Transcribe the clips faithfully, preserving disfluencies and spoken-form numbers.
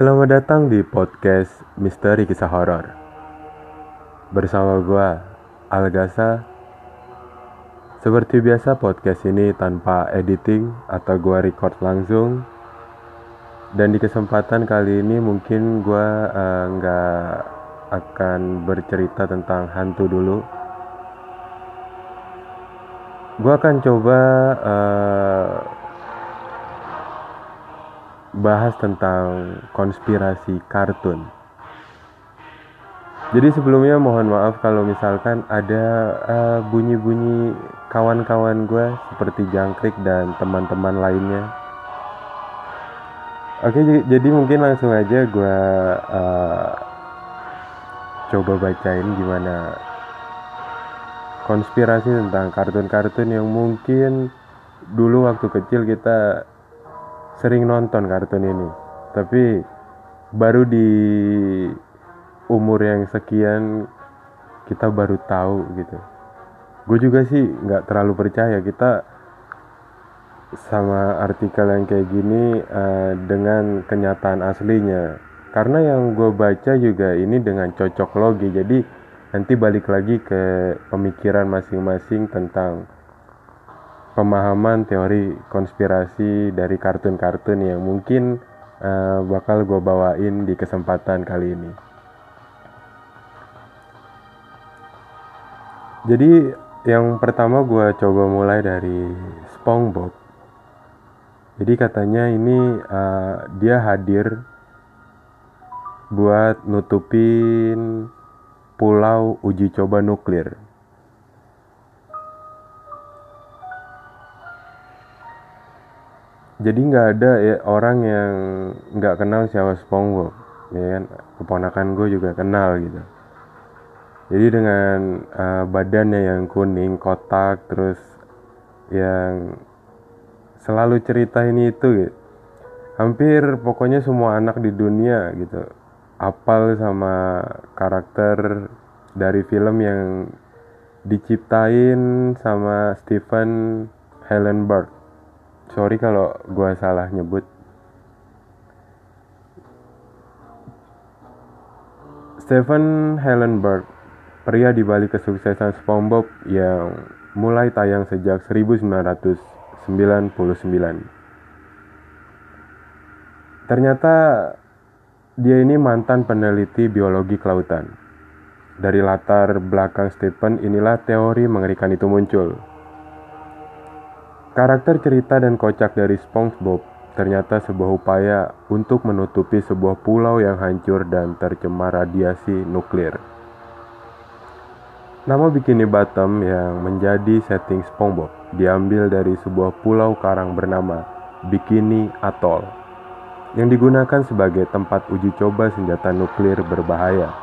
Selamat datang di podcast Misteri Kisah Horor. Bersama gua, Algasa. Seperti biasa podcast ini tanpa editing atau gua record langsung. Dan di kesempatan kali ini mungkin gua uh, nggak akan bercerita tentang hantu dulu. Gua akan coba uh, bahas tentang konspirasi kartun. Jadi sebelumnya mohon maaf kalau misalkan ada uh, bunyi-bunyi kawan-kawan gue seperti jangkrik dan teman-teman lainnya. Oke, j- jadi mungkin langsung aja gue uh, coba bacain gimana konspirasi tentang kartun-kartun yang mungkin dulu waktu kecil kita sering nonton kartun ini, tapi baru di umur yang sekian kita baru tahu gitu. Gue juga sih nggak terlalu percaya kita sama artikel yang kayak gini uh, dengan kenyataan aslinya, karena yang gue baca juga ini dengan cocok logi. Jadi nanti balik lagi ke pemikiran masing-masing tentang pemahaman teori konspirasi dari kartun-kartun yang mungkin uh, bakal gue bawain di kesempatan kali ini. Jadi yang pertama gue coba mulai dari SpongeBob. Jadi katanya ini uh, dia hadir buat nutupin pulau uji coba nuklir. Jadi nggak ada ya orang yang nggak kenal siapa SpongeBob, ya kan? Keponakan gue juga kenal gitu. Jadi dengan uh, badannya yang kuning kotak, terus yang selalu cerita ini itu, gitu. Hampir pokoknya semua anak di dunia gitu apal sama karakter dari film yang diciptain sama Stephen Hillenburg. Sorry kalau gue salah nyebut. Stephen Hillenburg, pria di balik kesuksesan SpongeBob yang mulai tayang sejak seribu sembilan ratus sembilan puluh sembilan. Ternyata dia ini mantan peneliti biologi kelautan. Dari latar belakang Stephen inilah teori mengerikan itu muncul. Karakter cerita dan kocak dari SpongeBob ternyata sebuah upaya untuk menutupi sebuah pulau yang hancur dan tercemar radiasi nuklir. Nama Bikini Bottom yang menjadi setting SpongeBob diambil dari sebuah pulau karang bernama Bikini Atoll yang digunakan sebagai tempat uji coba senjata nuklir berbahaya.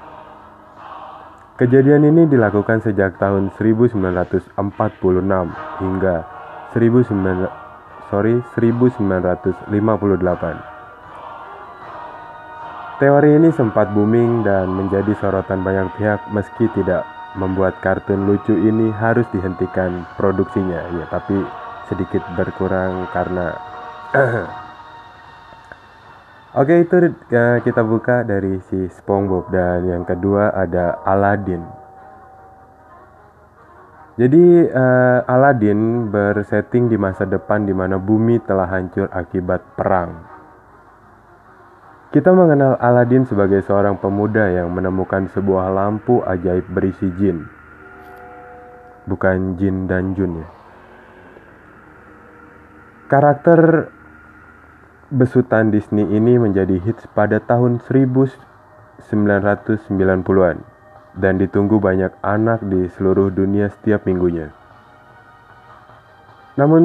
Kejadian ini dilakukan sejak tahun seribu sembilan ratus empat puluh enam hingga seribu sembilan ratus lima puluh delapan. Teori ini sempat booming dan menjadi sorotan banyak pihak meski tidak membuat kartun lucu ini harus dihentikan produksinya. Ya, tapi sedikit berkurang karena Oke, itu ya, kita buka dari si SpongeBob. Dan yang kedua ada Aladdin. Jadi uh, Aladdin bersetting di masa depan di mana bumi telah hancur akibat perang. Kita mengenal Aladdin sebagai seorang pemuda yang menemukan sebuah lampu ajaib berisi jin. Bukan jin dan jun ya. Karakter besutan Disney ini menjadi hits pada tahun seribu sembilan ratus sembilan puluhan. Dan ditunggu banyak anak di seluruh dunia setiap minggunya. Namun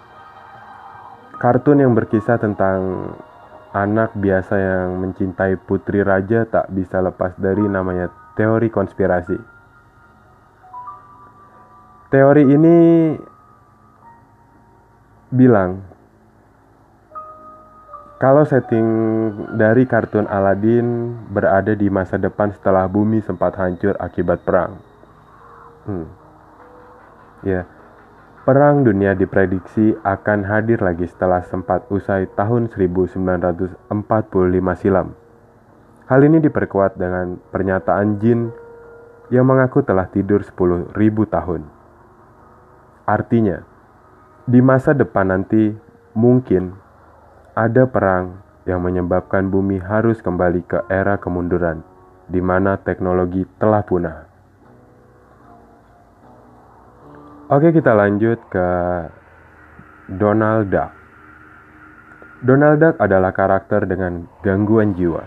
kartun yang berkisah tentang anak biasa yang mencintai putri raja tak bisa lepas dari namanya teori konspirasi. Teori ini bilang kalau setting dari kartun Aladdin berada di masa depan setelah bumi sempat hancur akibat perang. Hmm. Ya, Perang dunia diprediksi akan hadir lagi setelah sempat usai tahun seribu sembilan ratus empat puluh lima silam. Hal ini diperkuat dengan pernyataan jin yang mengaku telah tidur sepuluh ribu tahun. Artinya, di masa depan nanti mungkin ada perang yang menyebabkan bumi harus kembali ke era kemunduran, di mana teknologi telah punah. Oke, kita lanjut ke Donald Duck. Donald Duck adalah karakter dengan gangguan jiwa.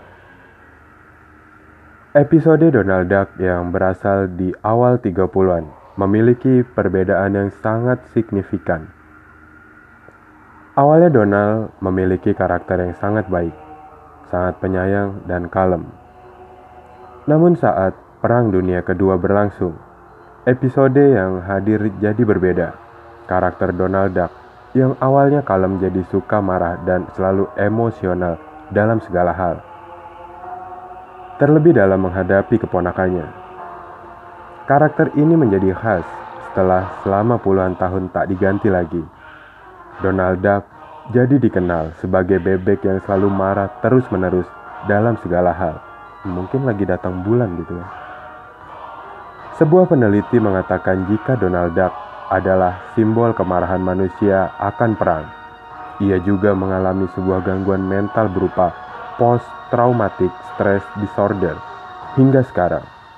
Episode Donald Duck yang berasal di awal tiga puluhan memiliki perbedaan yang sangat signifikan. Awalnya Donald memiliki karakter yang sangat baik, sangat penyayang dan kalem. Namun saat Perang Dunia Kedua berlangsung, episode yang hadir jadi berbeda. Karakter Donald Duck yang awalnya kalem jadi suka marah dan selalu emosional dalam segala hal. Terlebih dalam menghadapi keponakannya. Karakter ini menjadi khas setelah selama puluhan tahun tak diganti lagi. Donald Duck jadi dikenal sebagai bebek yang selalu marah terus-menerus dalam segala hal. Mungkin lagi datang bulan gitu ya. Sebuah peneliti mengatakan jika Donald Duck adalah simbol kemarahan manusia akan perang. Ia juga mengalami sebuah gangguan mental berupa post-traumatic stress disorder hingga sekarang.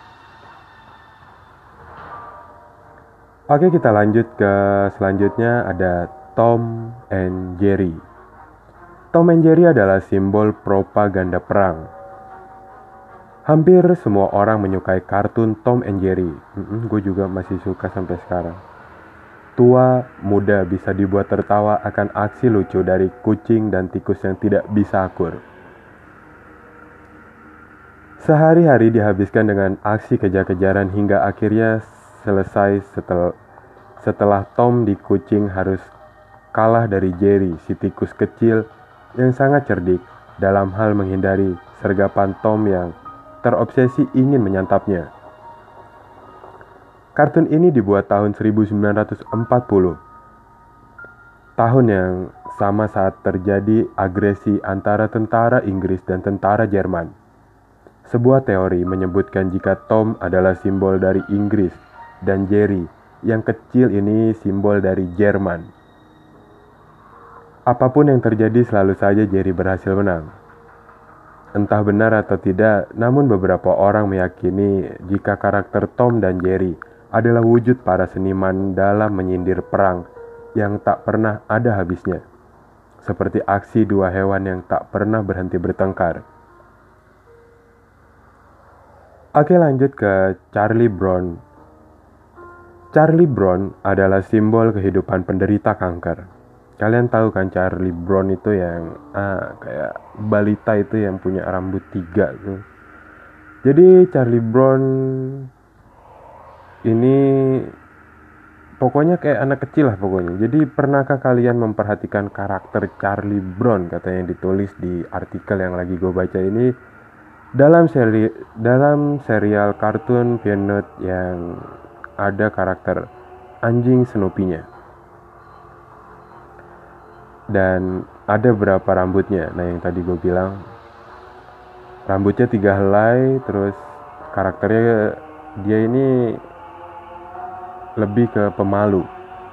Oke, kita lanjut ke selanjutnya ada Tom and Jerry. Tom and Jerry adalah simbol propaganda perang. Hampir semua orang menyukai kartun Tom and Jerry. Mm-mm, gue juga masih suka sampai sekarang. Tua, muda bisa dibuat tertawa akan aksi lucu dari kucing dan tikus yang tidak bisa akur. Sehari-hari dihabiskan dengan aksi kejar-kejaran hingga akhirnya selesai setel, setelah Tom di kucing harus kalah dari Jerry, si tikus kecil yang sangat cerdik dalam hal menghindari sergapan Tom yang terobsesi ingin menyantapnya. Kartun ini dibuat tahun seribu sembilan ratus empat puluh. Tahun yang sama saat terjadi agresi antara tentara Inggris dan tentara Jerman. Sebuah teori menyebutkan jika Tom adalah simbol dari Inggris dan Jerry yang kecil ini simbol dari Jerman. Apapun yang terjadi selalu saja Jerry berhasil menang. Entah benar atau tidak, namun beberapa orang meyakini jika karakter Tom dan Jerry adalah wujud para seniman dalam menyindir perang yang tak pernah ada habisnya. Seperti aksi dua hewan yang tak pernah berhenti bertengkar. Oke, lanjut ke Charlie Brown. Charlie Brown adalah simbol kehidupan penderita kanker. Kalian tahu kan Charlie Brown itu yang ah, kayak balita itu yang punya rambut tiga tuh. Jadi Charlie Brown ini pokoknya kayak anak kecil lah pokoknya. Jadi pernahkah kalian memperhatikan karakter Charlie Brown, katanya yang ditulis di artikel yang lagi gue baca ini, dalam seri dalam serial kartun Peanut yang ada karakter anjing Snoopy-nya. Dan ada berapa rambutnya. Nah, yang tadi gue bilang rambutnya tiga helai. Terus karakternya dia ini lebih ke pemalu.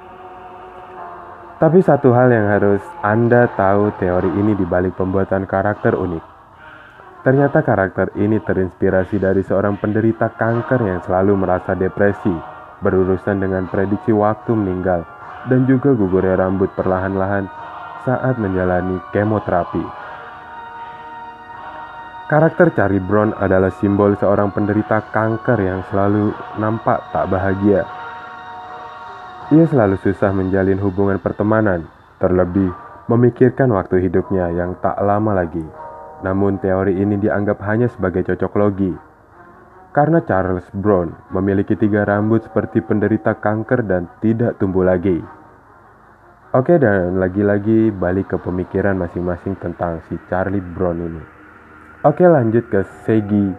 Tapi satu hal yang harus Anda tahu, teori ini dibalik pembuatan karakter unik. Ternyata karakter ini terinspirasi dari seorang penderita kanker yang selalu merasa depresi, berurusan dengan prediksi waktu meninggal, dan juga gugurnya rambut perlahan-lahan saat menjalani kemoterapi. Karakter Charlie Brown adalah simbol seorang penderita kanker yang selalu nampak tak bahagia. Ia selalu susah menjalin hubungan pertemanan, terlebih memikirkan waktu hidupnya yang tak lama lagi. Namun teori ini dianggap hanya sebagai cocok logi. Karena Charles Brown memiliki tiga rambut seperti penderita kanker dan tidak tumbuh lagi. Oke, dan lagi-lagi balik ke pemikiran masing-masing tentang si Charlie Brown ini. Oke, lanjut ke Shaggy.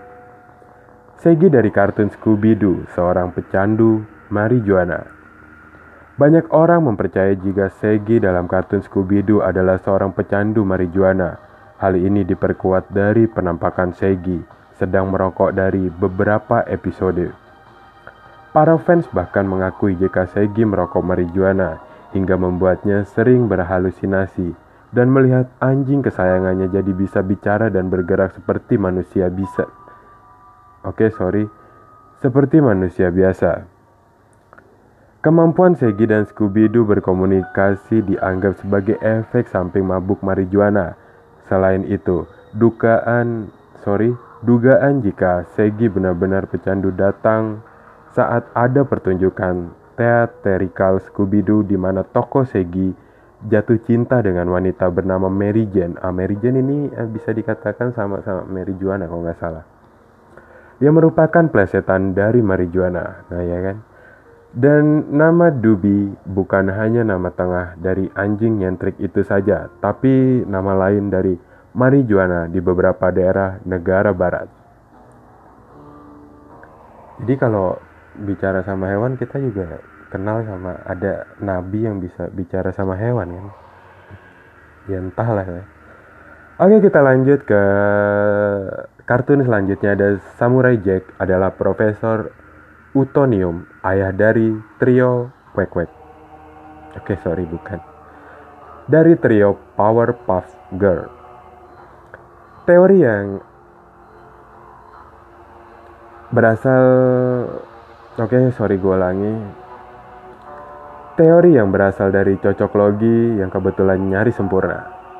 Shaggy dari kartun Scooby-Doo, seorang pecandu marijuana. Banyak orang mempercayai jika Shaggy dalam kartun Scooby-Doo adalah seorang pecandu marijuana. Hal ini diperkuat dari penampakan Shaggy sedang merokok dari beberapa episode. Para fans bahkan mengakui jika Shaggy merokok marijuana hingga membuatnya sering berhalusinasi dan melihat anjing kesayangannya jadi bisa bicara dan bergerak seperti manusia bisa. Oke, sorry. Seperti manusia biasa. Kemampuan Shaggy dan Scooby-Doo berkomunikasi dianggap sebagai efek samping mabuk marijuana. Selain itu, dugaan, sorry, dugaan jika Shaggy benar-benar pecandu datang saat ada pertunjukan teatrikal Scooby-Doo di mana tokoh Shaggy jatuh cinta dengan wanita bernama Mary Jane. Ah, Mary Jane ini eh, bisa dikatakan sama-sama marijuana kalau nggak salah. Yang merupakan plesetan dari marijuana. Nah ya kan. Dan nama Doobie bukan hanya nama tengah dari anjing nyentrik itu saja, tapi nama lain dari marijuana di beberapa daerah negara barat. Jadi kalau bicara sama hewan, kita juga kenal sama ada nabi yang bisa bicara sama hewan kan. Ya entahlah ya. Oke, kita lanjut ke kartun selanjutnya. Ada Samurai Jack adalah Profesor Utonium, ayah dari trio Quack Quack. Oke, sorry bukan. Dari trio Powerpuff Girl. Teori yang berasal Oke, sorry gue ulangi. Teori yang berasal dari cocok logi yang kebetulan nyaris sempurna.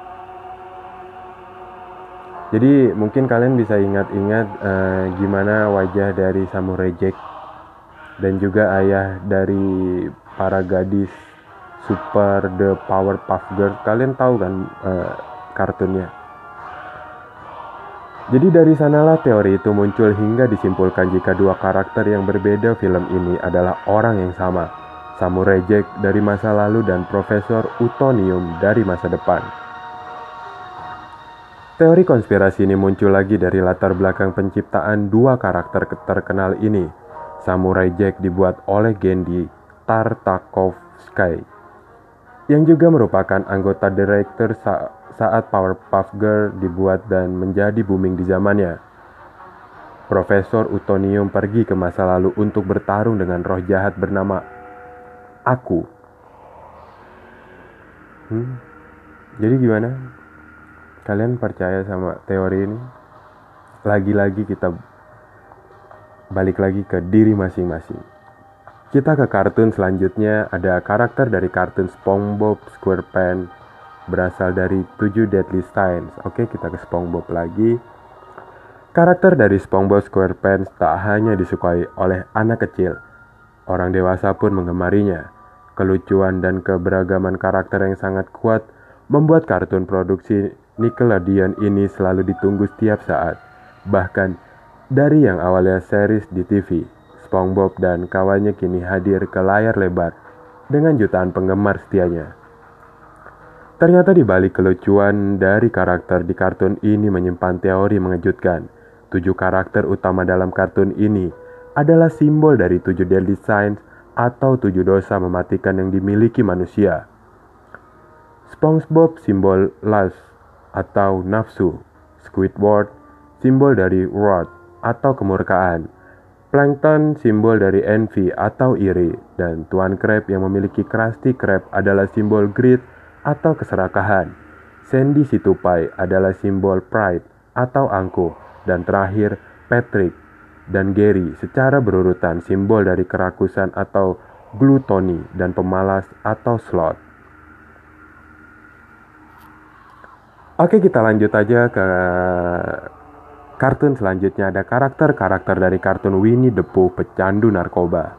Jadi mungkin kalian bisa ingat-ingat uh, gimana wajah dari Samurai Jack dan juga ayah dari para gadis Super The Powerpuff Girls. Kalian tahu kan uh, kartunnya. Jadi dari sanalah teori itu muncul hingga disimpulkan jika dua karakter yang berbeda film ini adalah orang yang sama. Samurai Jack dari masa lalu dan Profesor Utonium dari masa depan. Teori konspirasi ini muncul lagi dari latar belakang penciptaan dua karakter terkenal ini. Samurai Jack dibuat oleh Genndy Tartakovsky, yang juga merupakan anggota direktur sa- saat Powerpuff Girl dibuat dan menjadi booming di zamannya. Profesor Utonium pergi ke masa lalu untuk bertarung dengan roh jahat bernama Aku. Hmm, jadi gimana? Kalian percaya sama teori ini? Lagi-lagi kita balik lagi ke diri masing-masing. Kita ke kartun selanjutnya. Ada karakter dari kartun SpongeBob SquarePants berasal dari tujuh Deadly Sins. Oke, kita ke SpongeBob lagi. Karakter dari SpongeBob SquarePants tak hanya disukai oleh anak kecil, orang dewasa pun menggemarinya. Kelucuan dan keberagaman karakter yang sangat kuat membuat kartun produksi Nickelodeon ini selalu ditunggu setiap saat. Bahkan dari yang awalnya series di T V, SpongeBob dan kawannya kini hadir ke layar lebar dengan jutaan penggemar setianya. Ternyata di balik kelucuan dari karakter di kartun ini menyimpan teori mengejutkan. Tujuh karakter utama dalam kartun ini adalah simbol dari tujuh deadly sins atau tujuh dosa mematikan yang dimiliki manusia. SpongeBob simbol lust atau nafsu, Squidward simbol dari wrath atau kemurkaan, Plankton simbol dari envy atau iri, dan Tuan Crab yang memiliki Krusty Krab adalah simbol greed atau keserakahan. Sandy si tupai adalah simbol pride atau angkuh, dan terakhir Patrick dan Gary secara berurutan simbol dari kerakusan atau glutoni dan pemalas atau sloth. Oke, kita lanjut aja ke kartun selanjutnya. Ada karakter-karakter dari kartun Winnie the Pooh, pecandu narkoba.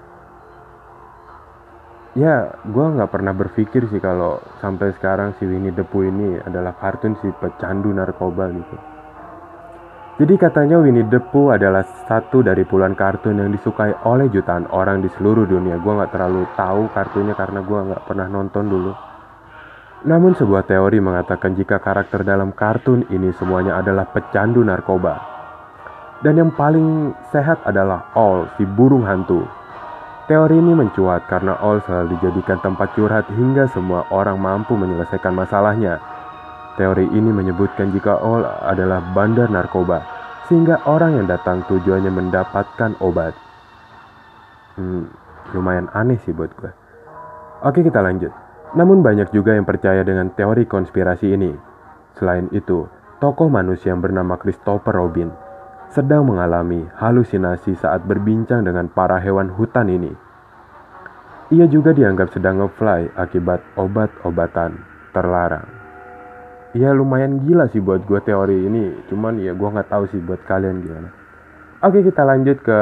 Ya, gue gak pernah berpikir sih kalau sampai sekarang si Winnie the Pooh ini adalah kartun si pecandu narkoba gitu. Jadi katanya Winnie the Pooh adalah satu dari puluhan kartun yang disukai oleh jutaan orang di seluruh dunia. Gue gak terlalu tahu kartunya karena gue gak pernah nonton dulu. Namun sebuah teori mengatakan jika karakter dalam kartun ini semuanya adalah pecandu narkoba. Dan yang paling sehat adalah Owl, si burung hantu. Teori ini mencuat karena All selalu dijadikan tempat curhat hingga semua orang mampu menyelesaikan masalahnya. Teori ini menyebutkan jika All adalah bandar narkoba, sehingga orang yang datang tujuannya mendapatkan obat. Hmm, lumayan aneh sih buat gue. Oke, kita lanjut. Namun banyak juga yang percaya dengan teori konspirasi ini. Selain itu, tokoh manusia yang bernama Christopher Robin sedang mengalami halusinasi saat berbincang dengan para hewan hutan ini. Ia juga dianggap sedang nge-fly akibat obat-obatan terlarang. Ya lumayan gila sih buat gue teori ini, cuman ya gue nggak tahu sih buat kalian gimana. Oke, kita lanjut ke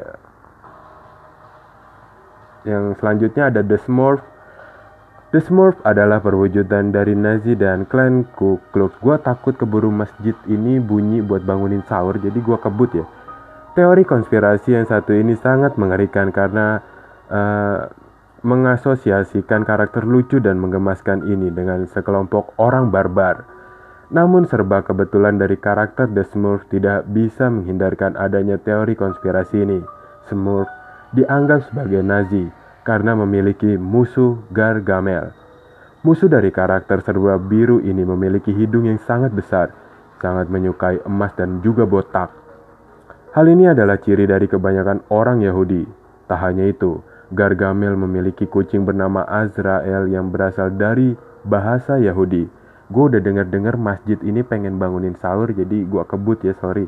yang selanjutnya ada The Smurf. The Smurf adalah perwujudan dari Nazi dan klan Ku Klux. Gue takut keburu masjid ini bunyi buat bangunin sahur, jadi gue kebut ya. Teori konspirasi yang satu ini sangat mengerikan karena uh, mengasosiasikan karakter lucu dan menggemaskan ini dengan sekelompok orang barbar. Namun serba kebetulan dari karakter The Smurf tidak bisa menghindarkan adanya teori konspirasi ini. Smurf dianggap sebagai Nazi karena memiliki musuh Gargamel. Musuh dari karakter serba biru ini memiliki hidung yang sangat besar, sangat menyukai emas dan juga botak. Hal ini adalah ciri dari kebanyakan orang Yahudi. Tak hanya itu, Gargamel memiliki kucing bernama Azrael yang berasal dari bahasa Yahudi. Gue udah denger-denger masjid ini pengen bangunin sahur, jadi gue kebut ya, sorry.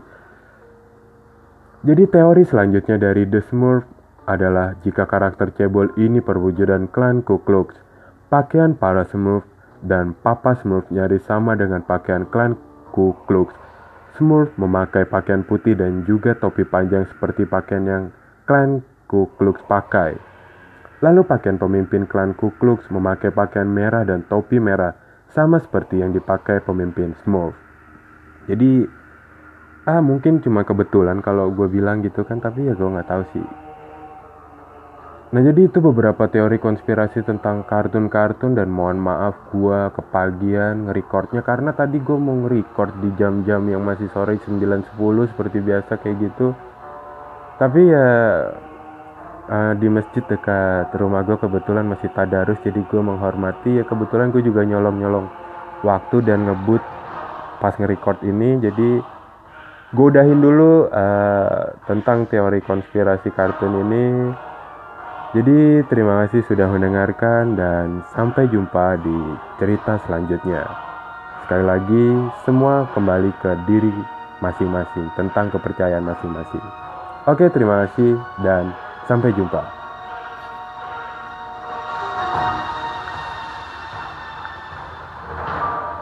Jadi teori selanjutnya dari The Smurf adalah jika karakter cebol ini perwujudan klan Ku Klux, pakaian para Smurf dan Papa Smurf nyaris sama dengan pakaian klan Ku Klux. Smurf memakai pakaian putih dan juga topi panjang seperti pakaian yang klan Ku Klux pakai. Lalu pakaian pemimpin klan Ku Klux memakai pakaian merah dan topi merah, sama seperti yang dipakai pemimpin Smurf. Jadi, ah mungkin cuma kebetulan kalau gue bilang gitu kan, tapi ya gue nggak tahu sih. Nah, jadi itu beberapa teori konspirasi tentang kartun-kartun, dan mohon maaf gue kepagian nge-recordnya karena tadi gue mau nge-record di jam-jam yang masih sore sembilan sepuluh seperti biasa kayak gitu. Tapi ya uh, di masjid dekat rumah gue kebetulan masih tadarus, jadi gue menghormati. Ya kebetulan gue juga nyolong-nyolong waktu dan ngebut pas nge-record ini. Jadi gue udahin dulu uh, tentang teori konspirasi kartun ini. Jadi terima kasih sudah mendengarkan dan sampai jumpa di cerita selanjutnya. Sekali lagi, semua kembali ke diri masing-masing tentang kepercayaan masing-masing. Oke, terima kasih dan sampai jumpa.